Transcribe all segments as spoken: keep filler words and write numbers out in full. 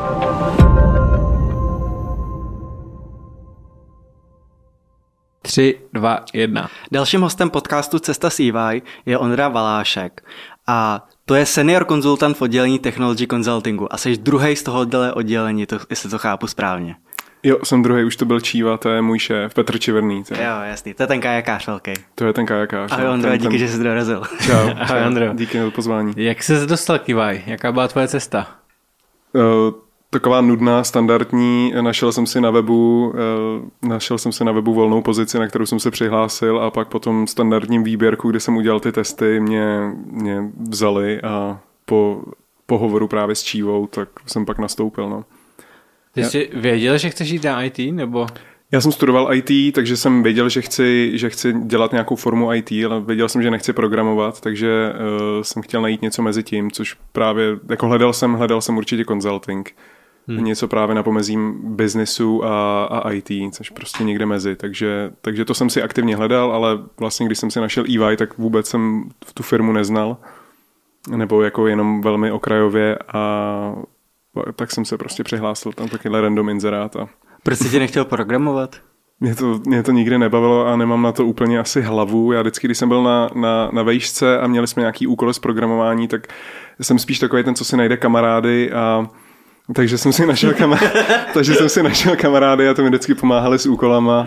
Tři, dva, jedna. Dalším hostem podcastu Cesta s E Y je Ondra Valášek a to je senior konzultant v oddělení Technology Consultingu a jsi druhej z tohohle oddělení, to, jestli to chápu správně. Jo, jsem druhý, už to byl Číva, to je můj šéf, Petr Čiverný. To je. Jo, jasný, to je ten kajakář velký. To je ten kajakář. Ahoj Ondro, díky, ten... že jsi dorazil. Čau, Ahoj Ondro. Díky za pozvání. Jak jsi dostal k E Y? Jaká byla tvoje cesta? Uh, taková nudná, standardní, našel jsem si na webu, uh, našel jsem si na webu volnou pozici, na kterou jsem se přihlásil a pak po tom standardním výběrku, kdy jsem udělal ty testy, mě, mě vzali a po pohovoru právě s Čívou, tak jsem pak nastoupil, no. Ty jsi věděl, že chceš jít na I T, nebo? Já jsem studoval I T, takže jsem věděl, že chci, že chci dělat nějakou formu I T, ale věděl jsem, že nechci programovat, takže uh, jsem chtěl najít něco mezi tím, což právě, jako hledal jsem, hledal jsem určitě consulting. Hmm. Něco právě na pomezím businessu a, a I T, což prostě někde mezi, takže, takže to jsem si aktivně hledal, ale vlastně když jsem si našel E Y, tak vůbec jsem tu firmu neznal, nebo jako jenom velmi okrajově a tak jsem se prostě přihlásil tam takyhle random inzerát. A... Proč jsi tě nechtěl programovat? Mě to, mě to nikdy nebavilo a nemám na to úplně asi hlavu. Já vždycky, když jsem byl na, na, na vejšce a měli jsme nějaký úkoly z programování, tak jsem spíš takový ten, co si najde kamarády a takže jsem si našel kamarády, takže jsem si našel kamarády a to mi vždycky pomáhali s úkolama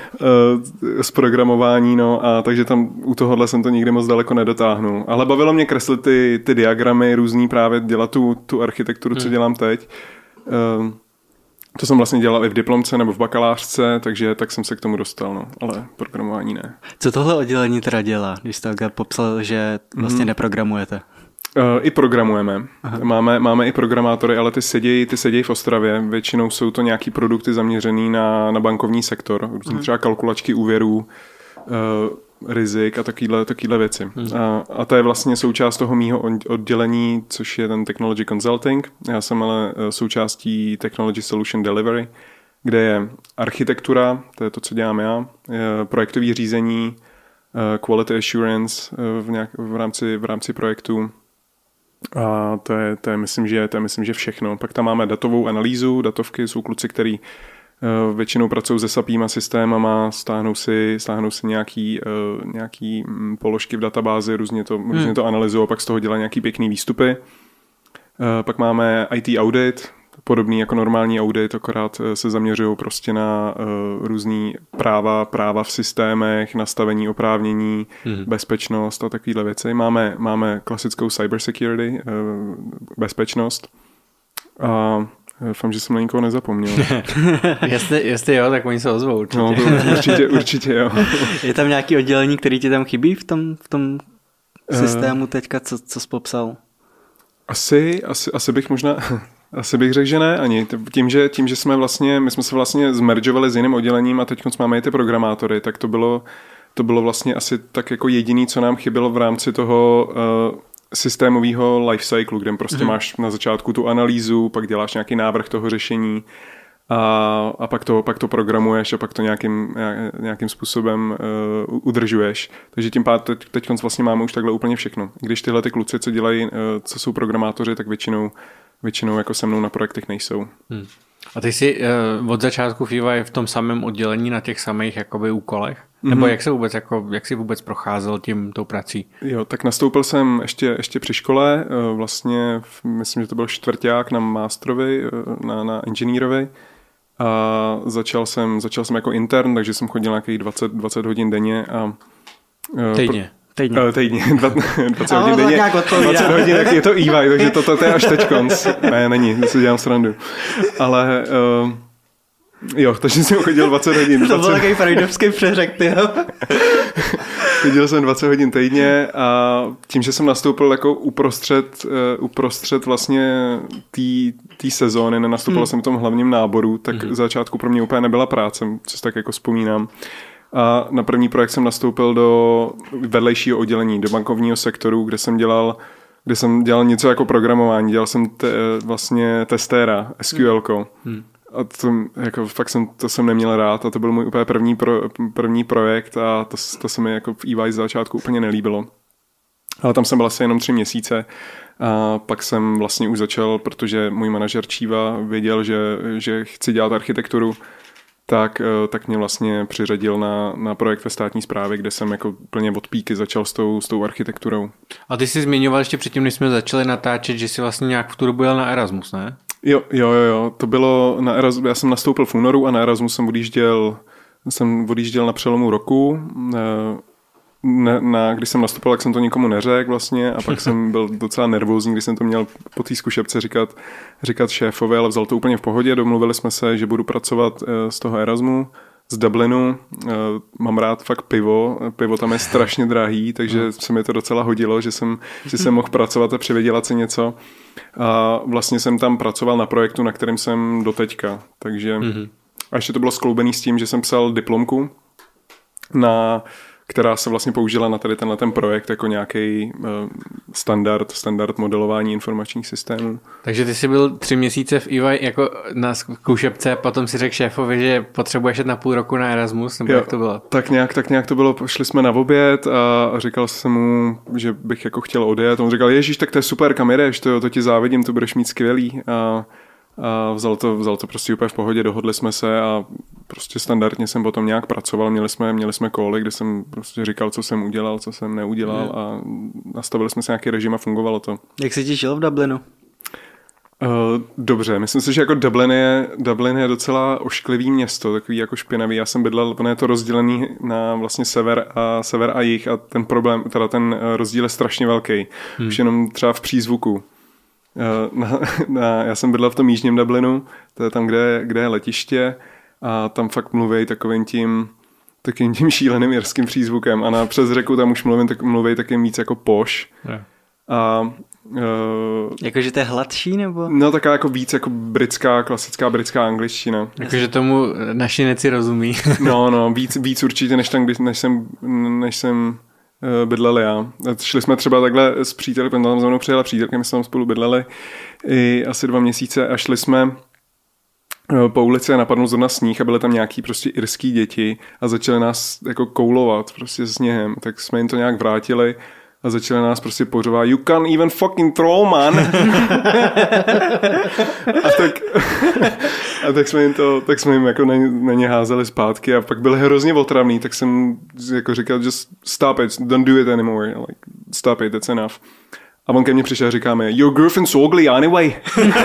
uh, s programování, no a takže tam u tohohle jsem to nikdy moc daleko nedotáhnul. Ale bavilo mě kreslit ty, ty diagramy různý, právě dělat tu, tu architekturu, co dělám teď. Uh, to jsem vlastně dělal i v diplomce nebo v bakalářce, takže tak jsem se k tomu dostal, no, ale programování ne. Co tohle oddělení teda dělá, když jste takhle popsal, že vlastně mm-hmm. neprogramujete? Uh, I programujeme. Máme, máme i programátory, ale ty sedějí ty sedějí v Ostravě. Většinou jsou to nějaký produkty zaměřený na, na bankovní sektor. Různý třeba kalkulačky úvěrů, uh, rizik a takovýhle, takovýhle věci. Uh, a to je vlastně součást toho mýho oddělení, což je ten Technology Consulting. Já jsem ale součástí Technology Solution Delivery, kde je architektura, to je to, co dělám já, projektové řízení, quality assurance v, nějak, v, rámci, v rámci projektu. A to je, to je, myslím, že, to je, myslím, že všechno. Pak tam máme datovou analýzu, datovky jsou kluci, který uh, většinou pracují se SAPíma systémama, stáhnou si, stáhnou si nějaký, uh, nějaký um, položky v databázi, různě to, hmm. různě to analyzují a pak z toho dělají nějaký pěkný výstupy. Uh, pak máme I T audit, podobný jako normální audit, akorát se zaměřují prostě na uh, různý práva, práva v systémech, nastavení oprávnění, hmm. bezpečnost a takovéhle věci. Máme, máme klasickou cybersecurity, uh, bezpečnost a doufám, že jsem na nikoho nezapomněl. jestli, jestli jo, tak oni se ozvou určitě. No, to určitě, určitě jo. Je tam nějaký oddělení, který ti tam chybí v tom, v tom systému teďka, co, co jsi popsal? Asi, asi, asi bych možná... Asi bych řekl, že ne ani. Tím, že, tím, že jsme vlastně, my jsme se vlastně zmeržovali s jiným oddělením a teď máme i ty programátory, tak to bylo, to bylo vlastně asi tak jako jediný, co nám chybělo v rámci toho uh, systémového lifecyclu, kde prostě mm. máš na začátku tu analýzu, pak děláš nějaký návrh toho řešení a, a pak, to, pak to programuješ a pak to nějakým, nějakým způsobem uh, udržuješ. Takže tím pádem teď, teď vlastně máme už takhle úplně všechno. Když tyhle ty kluci, co dělají, uh, co jsou programátoři, tak většinou Většinou jako se mnou na projektech nejsou. Hmm. A ty jsi uh, od začátku V Y v tom samém oddělení na těch samých jakoby úkolech? Mm-hmm. Nebo jak se vůbec jako, jak jsi vůbec procházel tím tou prací? Jo, tak nastoupil jsem ještě, ještě při škole, uh, vlastně v, myslím, že to byl čtvrťák na mástrovi, uh, na, na inženýrovi a začal jsem, začal jsem jako intern, takže jsem chodil nějakých dvacet, dvacet hodin denně. A, uh, Týdně? Pro, Týdně. Uh, týdně, dvacet hodin denně, dvacet hodin, tak je to E Y, takže to, to, to je až teď konc. Ne, není, to si dělám srandu. Ale uh, jo, takže jsem chodil dvacet hodin. dvacet... To byl takový freudovský přeřek, tyjo. Chodil jsem dvacet hodin týdně a tím, že jsem nastoupil jako uprostřed, uh, uprostřed vlastně té sezóny, nenastoupil hmm. jsem v tom hlavním náboru, tak hmm. začátku pro mě úplně nebyla práce, co si tak jako vzpomínám. A na první projekt jsem nastoupil do vedlejšího oddělení, do bankovního sektoru, kde jsem dělal, kde jsem dělal něco jako programování. Dělal jsem te, vlastně testéra, S Q L ko. Hmm. A to, jako, fakt jsem, to jsem neměl rád a to byl můj úplně první, pro, první projekt a to, to se mi jako v E Y z začátku úplně nelíbilo. Ale tam jsem byl asi jenom tři měsíce A pak jsem vlastně už začal, protože můj manažer Číva věděl, že, že chci dělat architekturu, tak, tak mě vlastně přiřadil na, na projekt ve státní správě, kde jsem jako plně od píky začal s tou, s tou architekturou. A ty jsi zmiňoval ještě předtím, než jsme začali natáčet, že jsi vlastně nějak v tu dobu jel na Erasmus, ne? Jo, jo, jo, jo. To bylo na Erasmus, já jsem nastoupil v únoru a na Erasmus jsem odjížděl, jsem odjížděl na přelomu roku. Na, na, když jsem nastupoval, tak jsem to nikomu neřekl vlastně a pak jsem byl docela nervózní, když jsem to měl po té zkušebce říkat, říkat šéfovi, ale vzal to úplně v pohodě. Domluvili jsme se, že budu pracovat z toho Erasmu, z Dublinu. Mám rád fakt pivo, pivo tam je strašně drahý, takže se mi to docela hodilo, že jsem, že jsem mohl pracovat a přivydělat si něco. A vlastně jsem tam pracoval na projektu, na kterém jsem doteďka. Takže a ještě to bylo skloubený s tím, že jsem psal diplomku na která se vlastně použila na tady tenhle ten projekt jako nějaký uh, standard, standard modelování informačních systémů. Takže ty jsi byl tři měsíce v E Y jako na zkušebce, potom si řekl šéfovi, že potřebuješ jít na půl roku na Erasmus, nebo jo, jak to bylo? Tak nějak, tak nějak to bylo, šli jsme na oběd a říkal jsem mu, že bych jako chtěl odjet. On říkal, ježíš, tak to je super, kam jedeš, to, to ti závidím, to budeš mít skvělý. A A vzal to, vzal to prostě úplně v pohodě, dohodli jsme se a prostě standardně jsem potom nějak pracoval, měli jsme, měli jsme koly, kde jsem prostě říkal, co jsem udělal, co jsem neudělal a nastavili jsme si nějaký režim a fungovalo to. Jak se ti žil v Dublinu? Uh, dobře, myslím si, že jako Dublin je, Dublin je docela ošklivý město, takový jako špinavý. Já jsem bydlel, ono je to rozdělený na vlastně sever a, sever a jih a ten problém, teda ten rozdíl je strašně velký. Hmm. Už jenom třeba v přízvuku. Na, na, já jsem bydlel v tom jižním Dublinu, to je tam, kde, kde je letiště a tam fakt mluví takovým tím, takovým tím šíleným irským přízvukem a na přes řeku tam už mluvím, tak, mluví takým víc jako poš. Yeah. A uh, jakože to je hladší nebo? No taková jako víc jako britská, klasická britská angličtina. Jakože tomu naši neci rozumí. No, no, víc, víc určitě, než tam, než jsem, než jsem bydleli já. Šli jsme třeba takhle s přítelem, tam za mnou přijela přítelky, my jsme tam spolu bydleli i asi dva měsíce a šli jsme po ulici a napadnul zrovna sníh a byly tam nějaký prostě irský děti a začaly nás jako koulovat prostě s sněhem, tak jsme jim to nějak vrátili a začali nás prostě pořovat you can even fucking throw, man. a, tak, a tak jsme jim to, tak jsme jim jako na, na ně házeli zpátky a pak byli hrozně otravný, tak jsem jako říkal, just stop it, don't do it anymore, like, stop it, that's enough. A on ke mně přišel a říká mi, your girlfriend's ugly anyway.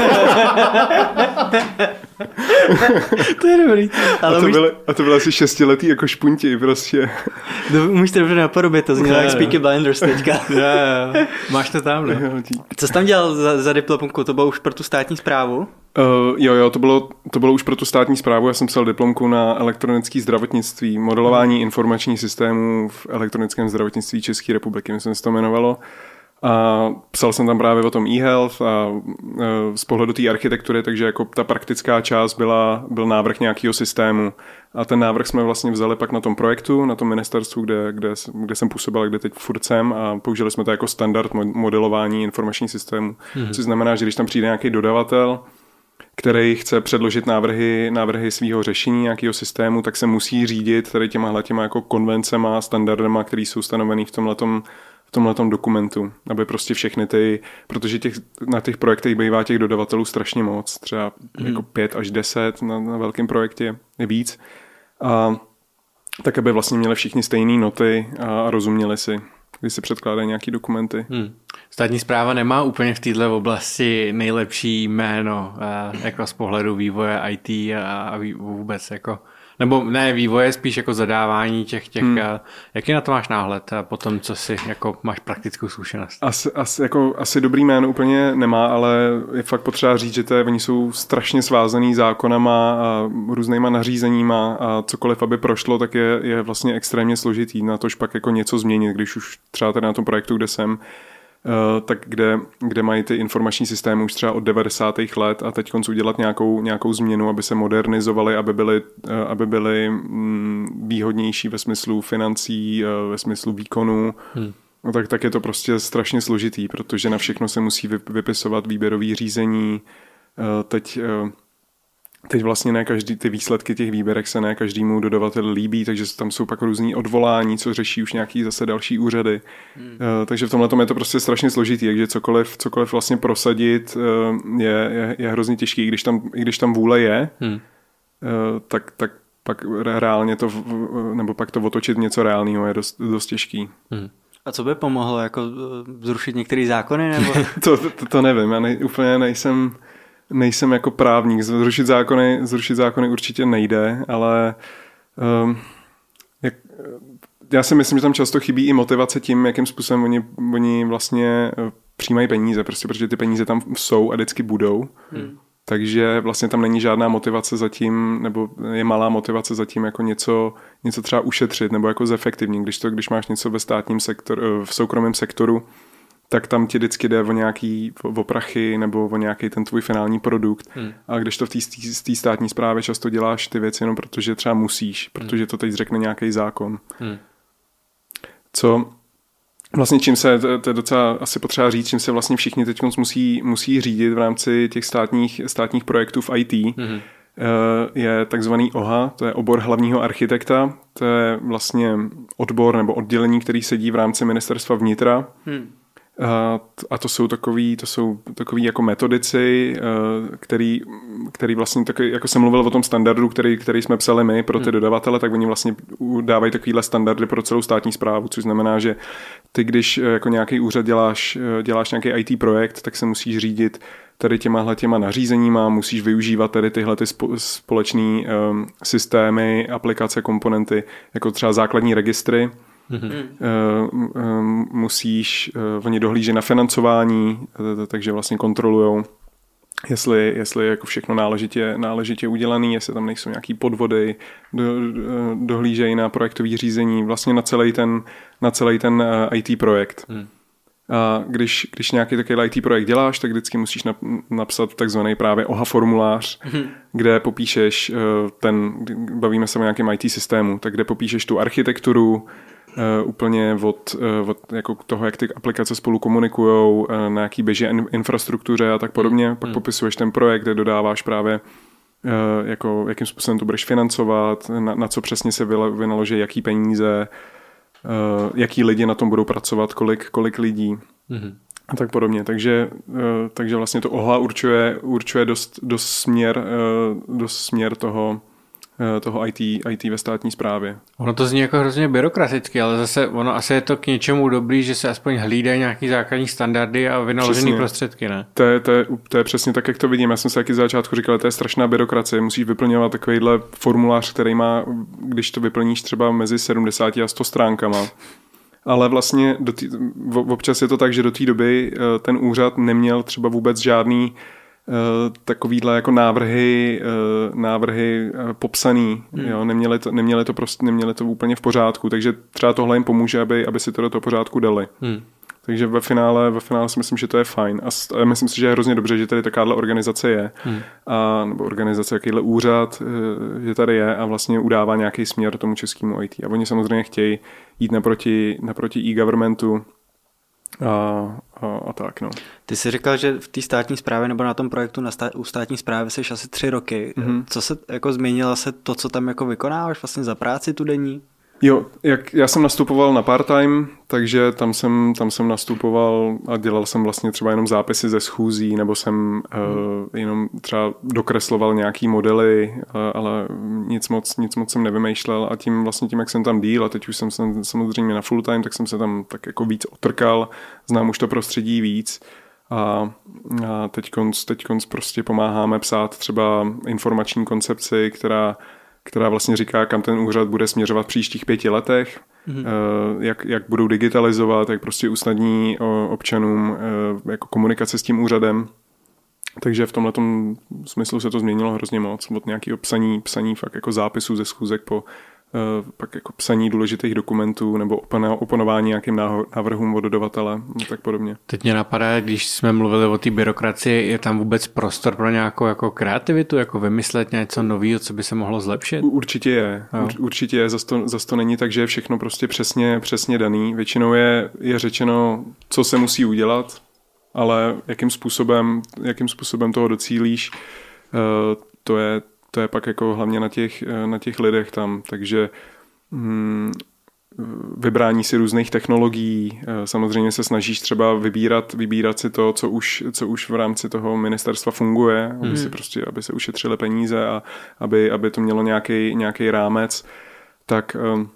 To je dobrý. Ale a, to umíš... byly, a to byly asi šestiletý jako špunti prostě. No, umíš to dobře napodobit, to znělo jak Peaky Blinders teďka. Jo, jo. Máš to tam, ne? Co jsi tam dělal za, za diplomku? To bylo už pro tu státní správu? Uh, jo, jo, to bylo, to bylo už pro tu státní správu. Já jsem psal diplomku na elektronické zdravotnictví, modelování hmm. informačních systémů v elektronickém zdravotnictví České republiky, myslím, že se to jmenovalo. A psal jsem tam právě o tom e-health a z pohledu té architektury, takže jako ta praktická část byla, byl návrh nějakého systému. A ten návrh jsme vlastně vzali pak na tom projektu, na tom ministerstvu, kde, kde, kde jsem působil, kde teď furt jsem a použili jsme to jako standard modelování informačních systémů. Mm-hmm. Což znamená, že když tam přijde nějaký dodavatel, který chce předložit návrhy, návrhy svého řešení nějakého systému, tak se musí řídit tady těma těma jako konvencema, standardama, které jsou stanovený v tomhletom v tomhletom dokumentu, aby prostě všechny ty, protože těch, na těch projektech bývá těch dodavatelů strašně moc, třeba mm. jako pět až deset na, na velkém projektě je víc. A tak, aby vlastně měli všichni stejné noty a, a rozuměli si, když si předkládají nějaký dokumenty. Hmm. Státní správa nemá úplně v této oblasti nejlepší jméno jako z pohledu vývoje í té a, a vůbec jako nebo ne vývoje, spíš jako zadávání těch, těch hmm. jaký na to máš náhled a potom, co si jako máš praktickou zkušenost? Asi, asi, jako, asi dobrý jméno úplně nemá, ale je fakt potřeba říct, že to je, oni jsou strašně svázaný zákonama a různýma nařízeníma a cokoliv, aby prošlo, tak je, je vlastně extrémně složitý na tož pak jako něco změnit, když už třeba tady na tom projektu, kde jsem, Uh, tak kde, kde mají ty informační systémy už třeba od devadesátých let a teď koncu udělat nějakou, nějakou změnu, aby se modernizovaly, aby byly, uh, aby byly mm, výhodnější ve smyslu financí, uh, ve smyslu výkonu, hmm. no, tak, tak je to prostě strašně složitý, protože na všechno se musí vypisovat výběrový řízení. Uh, teď uh, teď vlastně ne každý, ty výsledky těch výběrek se ne každému dodavateli líbí, takže tam jsou pak různý odvolání, co řeší už nějaký zase další úřady. Hmm. Uh, takže v tomhle tom je to prostě strašně složitý, takže cokoliv, cokoliv vlastně prosadit uh, je, je, je hrozně těžký, i když tam, i když tam vůle je, hmm. uh, tak, tak pak reálně to, nebo pak to otočit něco reálného je dost, dost těžký. Hmm. A co by pomohlo, jako zrušit některé zákony? Nebo? to, to, to nevím, já nej, úplně nejsem, nejsem jako právník. Zrušit zákony, zrušit zákony určitě nejde, ale um, jak, já si myslím, že tam často chybí i motivace tím, jakým způsobem oni, oni vlastně přijímají peníze, prostě, protože ty peníze tam jsou a vždycky budou. Hmm. Takže vlastně tam není žádná motivace zatím, nebo je malá motivace zatím jako něco, něco třeba ušetřit nebo jako zefektivnit. Když to, když máš něco ve státním sektoru, v soukromém sektoru, tak tam ti vždycky jde o nějaký o prachy nebo o nějaký ten tvůj finální produkt. Hmm. A když to v té státní správě často děláš ty věci jenom protože třeba musíš, protože to teď řekne nějaký zákon. Hmm. Co vlastně čím se, to, to je docela asi potřeba říct, čím se vlastně všichni teď musí, musí řídit v rámci těch státních, státních projektů v í té, mm-hmm. je takzvaný O H A, to je obor hlavního architekta, to je vlastně odbor nebo oddělení, který sedí v rámci ministerstva vnitra. Mm. A to jsou takový, to jsou takový jako metodici, který, který vlastně takový, jako jsem mluvil o tom standardu, který, který jsme psali my pro ty dodavatele, tak oni vlastně dávají takovýhle standardy pro celou státní správu, což znamená, že ty, když jako nějaký úřad děláš, děláš nějaký í té projekt, tak se musíš řídit tady těmahle těma nařízeníma, musíš využívat tady tyhle ty společné um, systémy, aplikace, komponenty, jako třeba základní registry. Mm-hmm. Uh, um, musíš, uh, oni dohlíží na financování, uh, takže vlastně kontrolujou, jestli, jestli jako všechno náležitě, náležitě udělaný, jestli tam nejsou nějaký podvody, do, uh, dohlížejí na projektový řízení, vlastně na celý ten, na celý ten uh, í té projekt. Mm. A když, když nějaký takový í té projekt děláš, tak vždycky musíš napsat takzvaný právě O H A formulář, mm. kde popíšeš uh, ten, bavíme se o nějakém í té systému, tak kde popíšeš tu architekturu, Uh, úplně od, uh, od jako toho, jak ty aplikace spolu komunikujou, uh, na jaký běží in, infrastruktuře a tak podobně. Mm. Pak mm. popisuješ ten projekt, kde dodáváš právě, uh, jako, jakým způsobem to budeš financovat, na, na co přesně se vynaloží, jaký peníze, uh, jaký lidi na tom budou pracovat, kolik, kolik lidí mm. a tak podobně. Takže, uh, takže vlastně to O H A určuje, určuje dost, dost, směr, uh, dost směr toho, toho í té, í té ve státní správě. Ono to zní jako hrozně byrokraticky, ale zase ono asi je to k něčemu dobrý, že se aspoň hlídají nějaký základní standardy a vynaložený prostředky, ne? To je, to, je, to je přesně tak, jak to vidím. Já jsem se taky z začátku říkal, to je strašná byrokracie. Musíš vyplňovat takovýhle formulář, který má, když to vyplníš třeba mezi sedmdesáti a sto stránkama. Ale vlastně do tý, občas je to tak, že do té doby ten úřad neměl třeba vůbec žádný takovýhle jako návrhy, návrhy popsaný, hmm. jo, neměli to, neměli to prostě, neměli to úplně v pořádku, takže třeba tohle jim pomůže, aby, aby si to do toho pořádku dali. Hmm. Takže ve finále, ve finále si myslím, že to je fajn a myslím si, že je hrozně dobře, že tady takováhle organizace je, hmm. a, nebo organizace, jakýhle úřad, že tady je a vlastně udává nějaký směr tomu českému í té. A oni samozřejmě chtějí jít naproti, naproti e-governmentu, A, a, a tak, no. Ty jsi říkal, že v té státní správě nebo na tom projektu na stát, u státní správy jsi asi tři roky. Mm-hmm. Co se jako změnilo se to, co tam jako vykonáváš vlastně za práci tu denní? Jo, jak já jsem nastupoval na part-time, takže tam jsem, tam jsem nastupoval a dělal jsem vlastně třeba jenom zápisy ze schůzí, nebo jsem hmm. uh, jenom třeba dokresloval nějaký modely, uh, ale nic moc, nic moc jsem nevymýšlel a tím vlastně tím, jak jsem tam díl a teď už jsem, jsem samozřejmě na full-time, tak jsem se tam tak jako víc otrkal, znám už to prostředí víc. A, a teďkonc, teďkonc prostě pomáháme psát třeba informační koncepci, která která vlastně říká, kam ten úřad bude směřovat v příštích pěti letech, mm-hmm. jak, jak budou digitalizovat, jak prostě usnadní občanům jako komunikace s tím úřadem. Takže v tomhletom smyslu se to změnilo hrozně moc. Od nějakého psaní, psaní fakt jako zápisů ze schůzek po pak jako psaní důležitých dokumentů nebo oponování nějakým návrhům od dodavatele a tak podobně. Teď mě napadá, když jsme mluvili o té byrokracii, je tam vůbec prostor pro nějakou jako kreativitu, jako vymyslet něco nového, co by se mohlo zlepšit? Určitě je. Jo. Určitě je. Zas to, zas to není tak, že je všechno prostě přesně, přesně daný. Většinou je, je řečeno, co se musí udělat, ale jakým způsobem, jakým způsobem toho docílíš, to je to je pak jako hlavně na těch, na těch lidech tam, takže hm, vybrání si různých technologií, samozřejmě se snažíš třeba vybírat, vybírat si to, co už, co už v rámci toho ministerstva funguje, aby, hmm. si prostě, aby se ušetřily peníze a aby, aby to mělo nějaký, nějaký rámec, tak,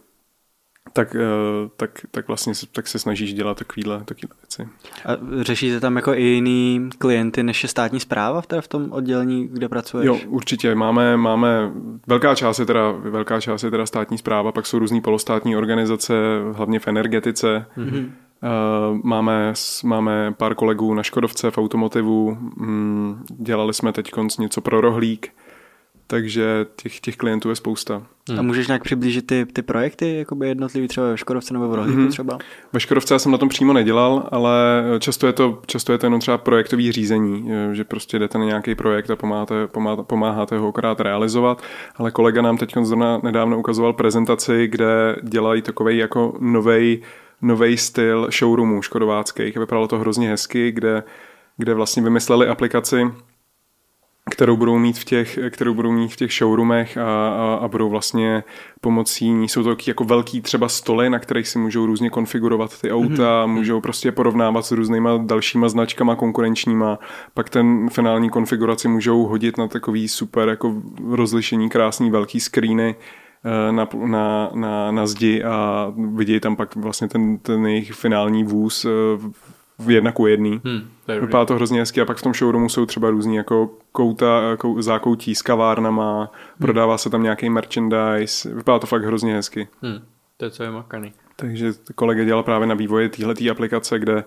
tak, tak, tak vlastně se, tak se snažíš dělat takovýhle, takovýhle věci. A řešíte tam jako i jiný klienty, než je státní správa v, v tom oddělení, kde pracuješ? Jo, určitě. Máme, máme velká část je teda, velká část je teda státní správa, pak jsou různý polostátní organizace, hlavně v energetice. Mm-hmm. Máme, máme pár kolegů na Škodovce v automotivu, dělali jsme teď konc něco pro rohlík, takže těch, těch klientů je spousta. Hmm. A můžeš nějak přiblížit ty, ty projekty, jakoby jednotlivý třeba ve Škodovce nebo v rohlíku hmm. třeba? Ve Škodovce já jsem na tom přímo nedělal, ale často je to, často je to jenom třeba projektový řízení, že prostě jdete na nějaký projekt a pomáháte, pomáháte, pomáháte ho akorát realizovat, ale kolega nám teď nedávno ukazoval prezentaci, kde dělají takovej jako novej, novej styl showroomů škodováckých. Vypadalo to hrozně hezky, kde, kde vlastně vymysleli aplikaci, kterou budou mít v těch, kterou budou mít v těch showroomech a, a, a budou vlastně pomocí ní, jsou to taky jako velký třeba stoly, na kterých si můžou různě konfigurovat ty auta, mm-hmm. můžou prostě porovnávat s různýma dalšíma značkama konkurenčníma, pak ten finální konfiguraci můžou hodit na takový super jako rozlišení, krásný velký screeny na, na, na, na zdi a vidějí tam pak vlastně ten, ten jejich finální vůz v jedna ku jedný. Hmm, Vypadá to hrozně hezky a pak v tom showroomu jsou třeba různý jako kouta, kou, zákoutí s kavárnama, hmm. prodává se tam nějaký merchandise, vypadá to fakt hrozně hezky. Hmm, to je co je makaný. Takže kolega dělal právě na vývoji téhletý aplikace, kde,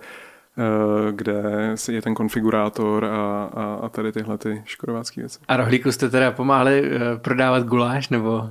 kde je ten konfigurátor a, a, a tady tyhle ty škodovácký věci. A rohlíku jste teda pomáhali prodávat guláš nebo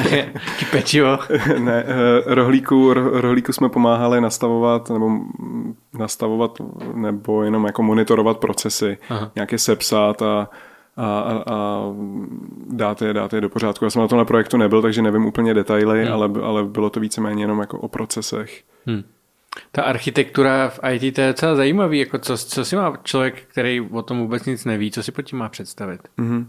pečivo? Ne, rohlíku, rohlíku jsme pomáhali nastavovat nebo nastavovat nebo jenom jako monitorovat procesy, Aha. nějaké sepsat a a, a, a dát, je, dát je do pořádku. Já jsem na tomhle projektu nebyl, takže nevím úplně detaily, hmm. ale, ale bylo to víceméně jenom jako o procesech. Hmm. Ta architektura v í té to je docela zajímavý. Jako co, co si má člověk, který o tom vůbec nic neví, co si pod tím má představit? Mm-hmm.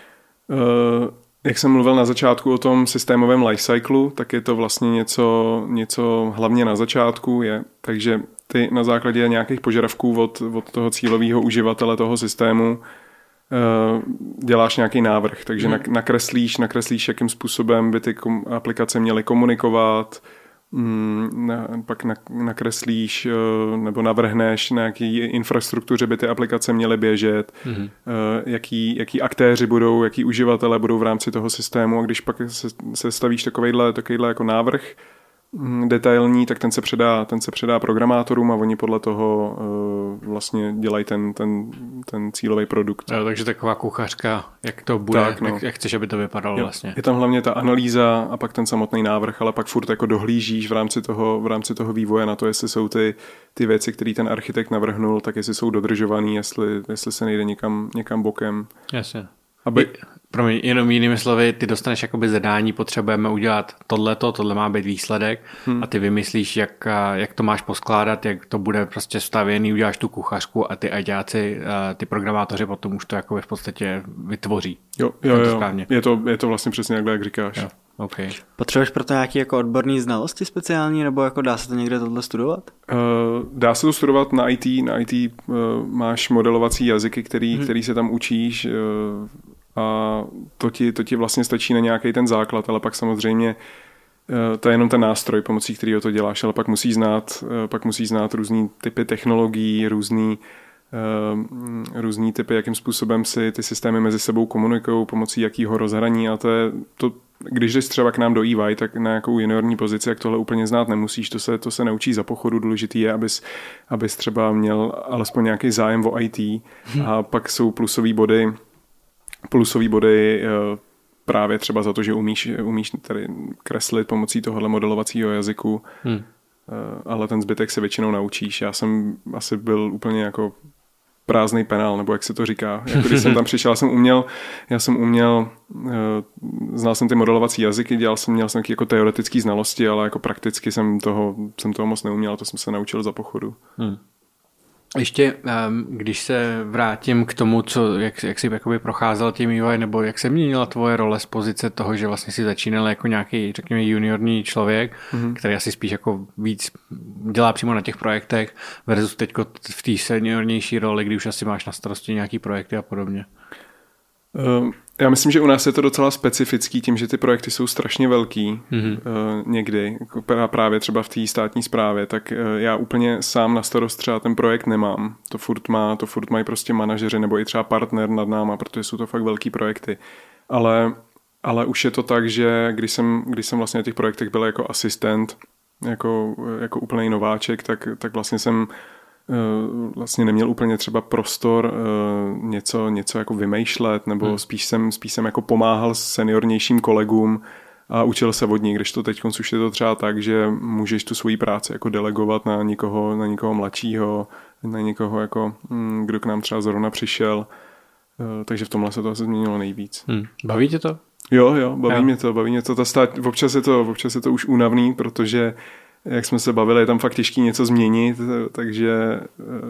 Uh, jak jsem mluvil na začátku o tom systémovém lifecyclu, tak je to vlastně něco, něco hlavně na začátku. Je. Takže ty na základě nějakých požadavků od, od toho cílového uživatele toho systému děláš nějaký návrh, takže hmm. nakreslíš, nakreslíš, jakým způsobem by ty aplikace měly komunikovat, pak nakreslíš nebo navrhneš na jaký infrastruktuře by ty aplikace měly běžet, hmm. jaký, jaký aktéři budou, jaký uživatelé budou v rámci toho systému a když pak se, se stavíš takovejhle, takovejhle jako návrh detailní, tak ten se předá, ten se předá programátorům a oni podle toho uh, vlastně dělají ten, ten, ten cílový produkt. Jo, takže taková kuchařka, jak to bude, tak, no. jak, jak chceš, aby to vypadalo jo, vlastně. Je tam hlavně ta analýza a pak ten samotný návrh, ale pak furt jako dohlížíš v rámci toho, v rámci toho vývoje na to, jestli jsou ty, ty věci, které ten architekt navrhnul, tak jestli jsou dodržovaný, jestli, jestli se nejde někam, někam bokem. Jasně. Aby... Promiň, jenom jinými slovy, ty dostaneš jakoby zadání, potřebujeme udělat tohleto, tohle má být výsledek hmm. a ty vymyslíš, jak, jak to máš poskládat, jak to bude prostě stavěný, uděláš tu kuchařku a ty ajďáci, ty programátoři potom už to jakoby v podstatě vytvoří. Jo, jo, jo. Je, to, je to vlastně přesně takhle, jak říkáš. Jo. Okay. Potřebuješ proto nějaké jako odborné znalosti speciální, nebo jako dá se to někde tohle studovat? Uh, dá se to studovat na í té, na í té uh, máš modelovací jazyky, který, hmm. který se tam učíš, uh, a to ti, to ti vlastně stačí na nějaký ten základ, ale pak samozřejmě to je jenom ten nástroj, pomocí kterého to děláš, ale pak musíš znát, pak musíš znát různý typy technologií, různý, různý typy, jakým způsobem si ty systémy mezi sebou komunikují, pomocí jakého rozhraní a to je, to, když jdeš třeba k nám do í vaj, tak na jakou juniorní pozici, jak tohle úplně znát nemusíš, to se, to se naučí za pochodu, důležitý je, abys, abys třeba měl alespoň nějaký zájem o í té a pak jsou plusové body, plusové body právě třeba za to, že umíš, umíš tady kreslit pomocí tohohle modelovacího jazyku, hmm. ale ten zbytek se většinou naučíš. Já jsem asi byl úplně jako prázdnej penál, nebo jak se to říká. Jako když jsem tam přišel, já jsem uměl, já jsem uměl, znal jsem ty modelovací jazyky, dělal jsem, měl jsem jako teoretické znalosti, ale jako prakticky jsem toho, jsem toho moc neuměl, to jsem se naučil za pochodu. Hmm. Ještě, když se vrátím k tomu, co, jak, jak jsi jakoby procházel tím vývojem, nebo jak se měnila tvoje role z pozice toho, že vlastně si začínal jako nějaký, řekněme, juniorní člověk, mm-hmm. který asi spíš jako víc dělá přímo na těch projektech, versus teďko v té seniornější roli, kdy už asi máš na starosti nějaký projekty a podobně. Um. Já myslím, že u nás je to docela specifický tím, že ty projekty jsou strašně velký mm-hmm. uh, někdy, jako právě třeba v té státní správě, tak uh, já úplně sám na starost třeba ten projekt nemám. To furt má, to furt mají prostě manažeři nebo i třeba partner nad náma, protože jsou to fakt velký projekty. Ale, ale už je to tak, že když jsem, když jsem vlastně na těch projektech byl jako asistent, jako, jako úplný nováček, tak, tak vlastně jsem vlastně neměl úplně třeba prostor něco, něco jako vymýšlet, nebo hmm. spíš jsem, spíš jsem jako pomáhal seniornějším kolegům a učil se od nich, když to teď už je to třeba tak, že můžeš tu svoji práci jako delegovat na někoho, na někoho mladšího, na někoho, jako, kdo k nám třeba zrovna přišel. Takže v tomhle se to asi změnilo nejvíc. Hmm. Baví tě to? Jo, jo, baví jo. mě to, baví mě to. Ta stát, občas je to, občas je to už únavný, protože jak jsme se bavili, je tam fakt těžký něco změnit, takže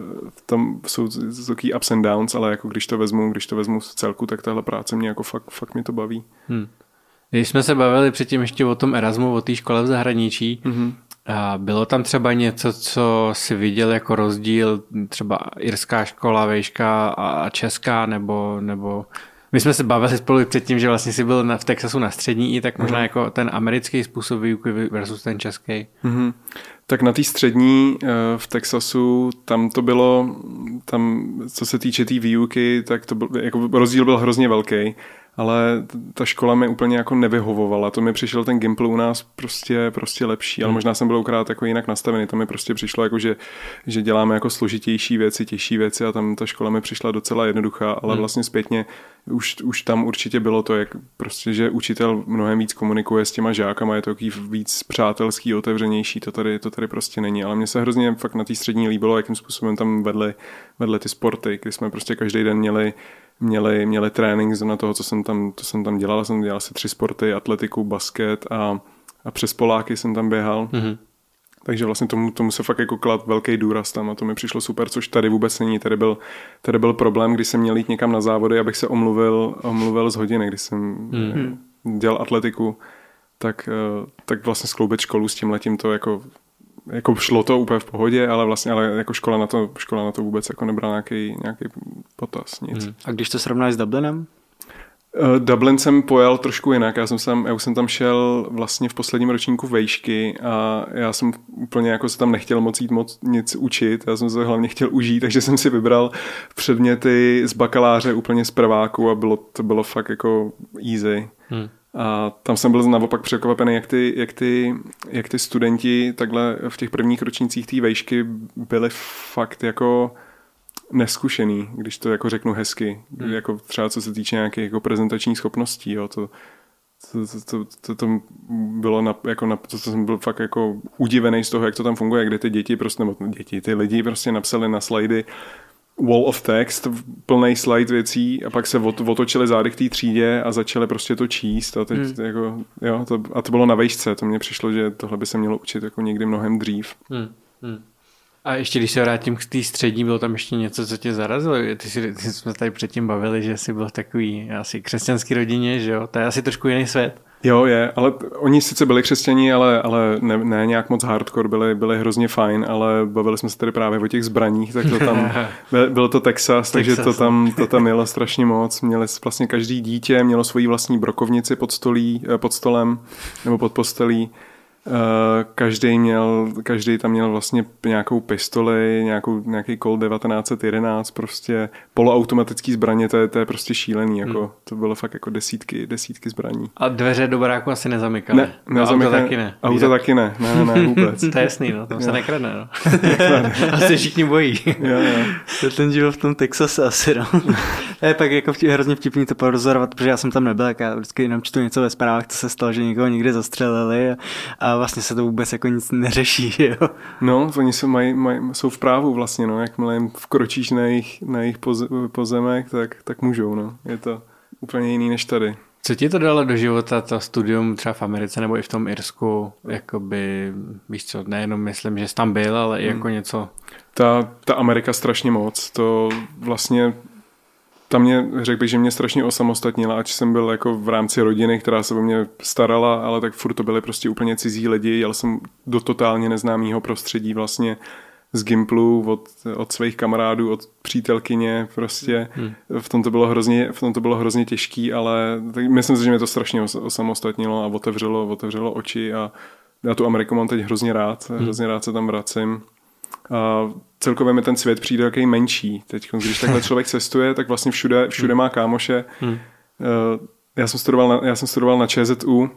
tam jsou takový ups and downs, ale jako když to vezmu, když to vezmu v celku, tak tahle práce mě jako fakt, fakt mě to baví. Hmm. Když jsme se bavili předtím ještě o tom Erasmu, o té škole v zahraničí, mm-hmm. a bylo tam třeba něco, co si viděl jako rozdíl, třeba irská škola, vejška a česká, nebo... nebo... My jsme se bavili spolu předtím, že vlastně jsi byl na, v Texasu na střední i, tak možná mm. jako ten americký způsob výuky versus ten český. Mm-hmm. Tak na té střední v Texasu, tam to bylo, tam co se týče té tý výuky, tak to byl, jako rozdíl byl hrozně velký, ale ta škola mi úplně jako nevyhovovala. To mi přišel ten Gimple u nás prostě, prostě lepší, ale možná jsem byl akorát jako jinak nastavený. To mi prostě přišlo jako, že, že děláme jako složitější věci, těžší věci a tam ta škola mi přišla docela jednoduchá, ale vlastně zpětně už, už tam určitě bylo to, jak prostě, že učitel mnohem víc komunikuje s těma žákama, je to takový víc přátelský, otevřenější, to tady, to tady prostě není. Ale mně se hrozně fakt na té střední líbilo, jakým způsobem tam vedli, vedli ty sporty, kdy jsme prostě každý den měli Měli, měli trénink na toho, co jsem tam, to jsem tam dělal. Jsem dělal asi tři sporty, atletiku, basket a, a přes Poláky jsem tam běhal. Mm-hmm. Takže vlastně tomu, tomu se fakt jako klad velký důraz tam a to mi přišlo super, což tady vůbec není. Tady byl, tady byl problém, když jsem měl jít někam na závody, abych se omluvil, omluvil z hodiny, když jsem mm-hmm. dělal atletiku, tak, tak vlastně skloubit školu s tím letím to jako jako šlo to úplně v pohodě, ale vlastně ale jako škola na to, škola na to vůbec jako nebrala nějaký, nějaký potaz, nic. Hmm. A když to srovnáš s Dublinem? Uh, Dublin jsem pojel trošku jinak. Já jsem, tam, já už jsem tam šel vlastně v posledním ročníku vejšky a já jsem úplně jako se tam nechtěl moc jít moc nic učit. Já jsem se hlavně chtěl užít, takže jsem si vybral předměty z bakaláře úplně z prváku a bylo, to bylo fakt jako easy. Hmm. A tam jsem byl naopak překvapený, jak ty, jak, ty, jak ty studenti takhle v těch prvních ročnících té vejšky byli fakt jako neskušený, když to jako řeknu hezky. Hmm. Jako třeba co se týče nějakých jako prezentačních schopností. Jo, to, to, to, to, to bylo na, jako na, to, to jsem byl fakt jako udivený z toho, jak to tam funguje, kde ty děti prostě, nebo děti, ty lidi prostě napsali na slajdy wall of text, plný slide věcí a pak se otočili zády k té třídě a začali prostě to číst a, teď, hmm. jako, jo, to, a to bylo na vejšce, to mně přišlo, že tohle by se mělo učit jako někdy mnohem dřív. Hmm. Hmm. A ještě když se vrátím k té střední, bylo tam ještě něco, co tě zarazilo? Ty, si, ty jsme tady předtím bavili, že jsi byl v takový asi křesťanský rodině, že jo? To je asi trošku jiný svět. Jo, je, ale oni sice byli křesťaní, ale, ale ne, ne nějak moc hardcore, byli, byli hrozně fajn, ale bavili jsme se tady právě o těch zbraních, tak to tam, byl to Texas, takže Texas, to tam, to tam mělo strašně moc. Měli vlastně každý dítě, mělo svoji vlastní brokovnici pod, stolí, pod stolem nebo pod postelí. Každý měl, každý tam měl vlastně nějakou pistoli, nějakou, nějaký Colt devatenáct jedenáct, prostě poloautomatický zbraně, to je, to je prostě šílený, jako, hmm. to bylo fakt jako desítky, desítky zbraní. A dveře do baráku asi nezamykaly? Ne, nezamykaly. Auto taky ne. Auto taky ne, ne, ne, ne vůbec. To je jasný, no, tam se nekradne, no. Asi všichni bojí. Jo, jo. To je ten život v tom Texase asi, no. Je pak jako vtip, hrozně vtipný to porozorovat, protože já jsem tam nebyl, jak já vždycky jenom čtu něco ve zprávách, co se stalo, že někoho někde zastřelili a, a vlastně se to vůbec jako nic neřeší, jo. No, oni jsou, maj, maj, jsou v právu vlastně, no, jakmile jim vkročíš na jejich, na jejich poze, pozemek, tak, tak můžou, no. Je to úplně jiný než tady. Co ti to dalo do života, to studium třeba v Americe nebo i v tom Irsku, jakoby, víš co, nejenom myslím, že jsi tam byl, ale i jako hmm. něco... ta, ta Amerika strašně moc. To vlastně tam mě, řekl bych, že mě strašně osamostatnila, ač jsem byl jako v rámci rodiny, která se o mě starala, ale tak furt to byly prostě úplně cizí lidi. Jel jsem do totálně neznámého prostředí vlastně z Gimplu, od, od svých kamarádů, od přítelkyně prostě. Hmm. V tom to bylo hrozně, v tom to bylo hrozně těžký, ale tak myslím si, že mě to strašně osamostatnilo a otevřelo, otevřelo oči a já tu Ameriku mám teď hrozně rád, hmm. hrozně rád se tam vracím. A celkově mi ten svět přijde takový menší. Teď, když takhle člověk cestuje, tak vlastně všude, všude má kámoše. Hmm. Já jsem studoval na, já jsem studoval na ČZU,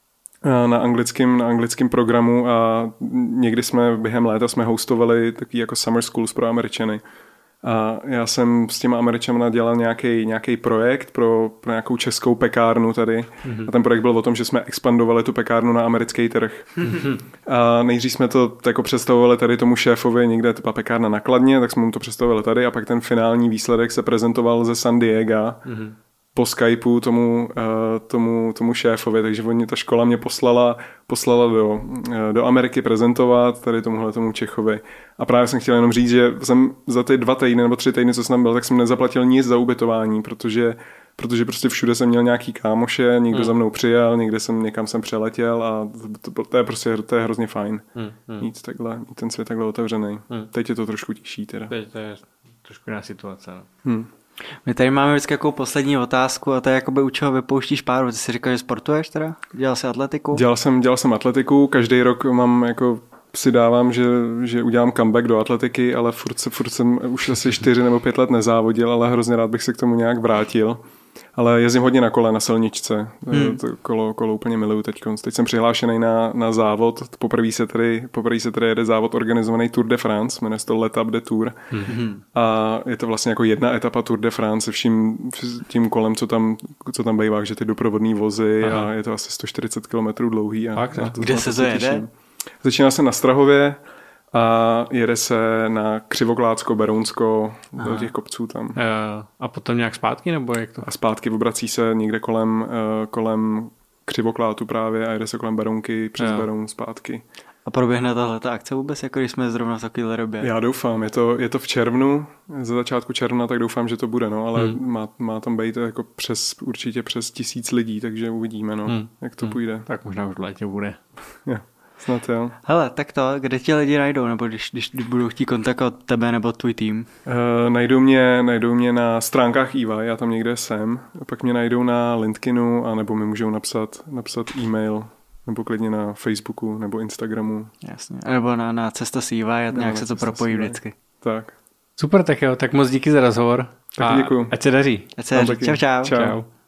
na anglickém, na anglickém programu a někdy jsme během léta jsme hostovali takový jako summer schools pro Američany. A já jsem s těma Američanama dělal nějaký, nějaký projekt pro, pro nějakou českou pekárnu tady. Mm-hmm. A ten projekt byl o tom, že jsme expandovali tu pekárnu na americký trh. Mm-hmm. A nejdřív jsme to jako představovali tady tomu šéfovi někde, ta pekárna na Kladně, tak jsme mu to představovali tady a pak ten finální výsledek se prezentoval ze San Diego. Mm-hmm. Po Skypeu tomu, tomu, tomu šéfovi, takže oni, ta škola mě poslala, poslala do, do Ameriky prezentovat tady tomuhle tomu Čechovi. A právě jsem chtěl jenom říct, že jsem za ty dva týdny nebo tři týdny, co jsem tam byl, tak jsem nezaplatil nic za ubytování, protože, protože prostě všude jsem měl nějaký kámoše, někdo hmm. za mnou přijel, někde jsem někam jsem přeletěl a to, to, to je prostě to je hrozně fajn. Hmm. Hmm. Mít takhle, mít ten svět takhle otevřený. Hmm. Teď je to trošku těžší teda. Teď to je trošku jiná situace. No. Hmm. My tady máme vždycky jako poslední otázku a to je jakoby u čeho vypouštíš páru. Ty jsi říkal, že sportuješ teda? Dělal jsi atletiku? Dělal jsem, dělal jsem atletiku, každý rok mám jako si dávám, že, že udělám comeback do atletiky, ale furt, se, furt jsem už asi čtyři nebo pět let nezávodil, ale hrozně rád bych se k tomu nějak vrátil. Ale jezdím hodně na kole, na silničce. Hmm. To kolo, kolo úplně miluju teď. Teď jsem přihlášený na, na závod. Poprvé se tady, poprvé se tady jede závod organizovaný Tour de France, jmenuje se to L'Etape de Tour. Hmm. A je to vlastně jako jedna etapa Tour de France se vším tím kolem, co tam, co tam bývá, že ty doprovodný vozy. Aha. A je to asi sto čtyřicet kilometrů dlouhý. A, Fakt, a to, kde se to jede? Začíná se na Strahově a jede se na Křivoklácko, Berounsko, do těch kopců tam. Uh, a potom nějak zpátky, nebo jak to? A zpátky obrací se někde kolem, uh, kolem Křivoklátu právě a jede se kolem Berounky, přes uh. Beroun zpátky. A proběhne tahle ta akce vůbec, jako když jsme zrovna v takovéhle době? Já doufám, je to, je to v červnu, za začátku června, tak doufám, že to bude, no, ale hmm. má, má tam být jako přes, určitě přes tisíc lidí, takže uvidíme, no, hmm. jak to hmm. půjde. Tak možná už v létě bude. Jo. Snad jo. Hele, tak to, kde tě lidi najdou, nebo když, když, když budou chtít kontaktovat tebe nebo tvůj tým? Uh, najdou, mě, najdou mě na stránkách E Y, já tam někde jsem, pak mě najdou na LinkedInu, a nebo mi můžou napsat, napsat e-mail, nebo klidně na Facebooku, nebo Instagramu. Jasně, nebo na, na Cesta s E Y a nějak se to propojí vždycky. Tak. Super, tak jo, tak moc díky za rozhovor. Taky děkuju. Ať se daří. Ať se daří. Čau, čau. Čau.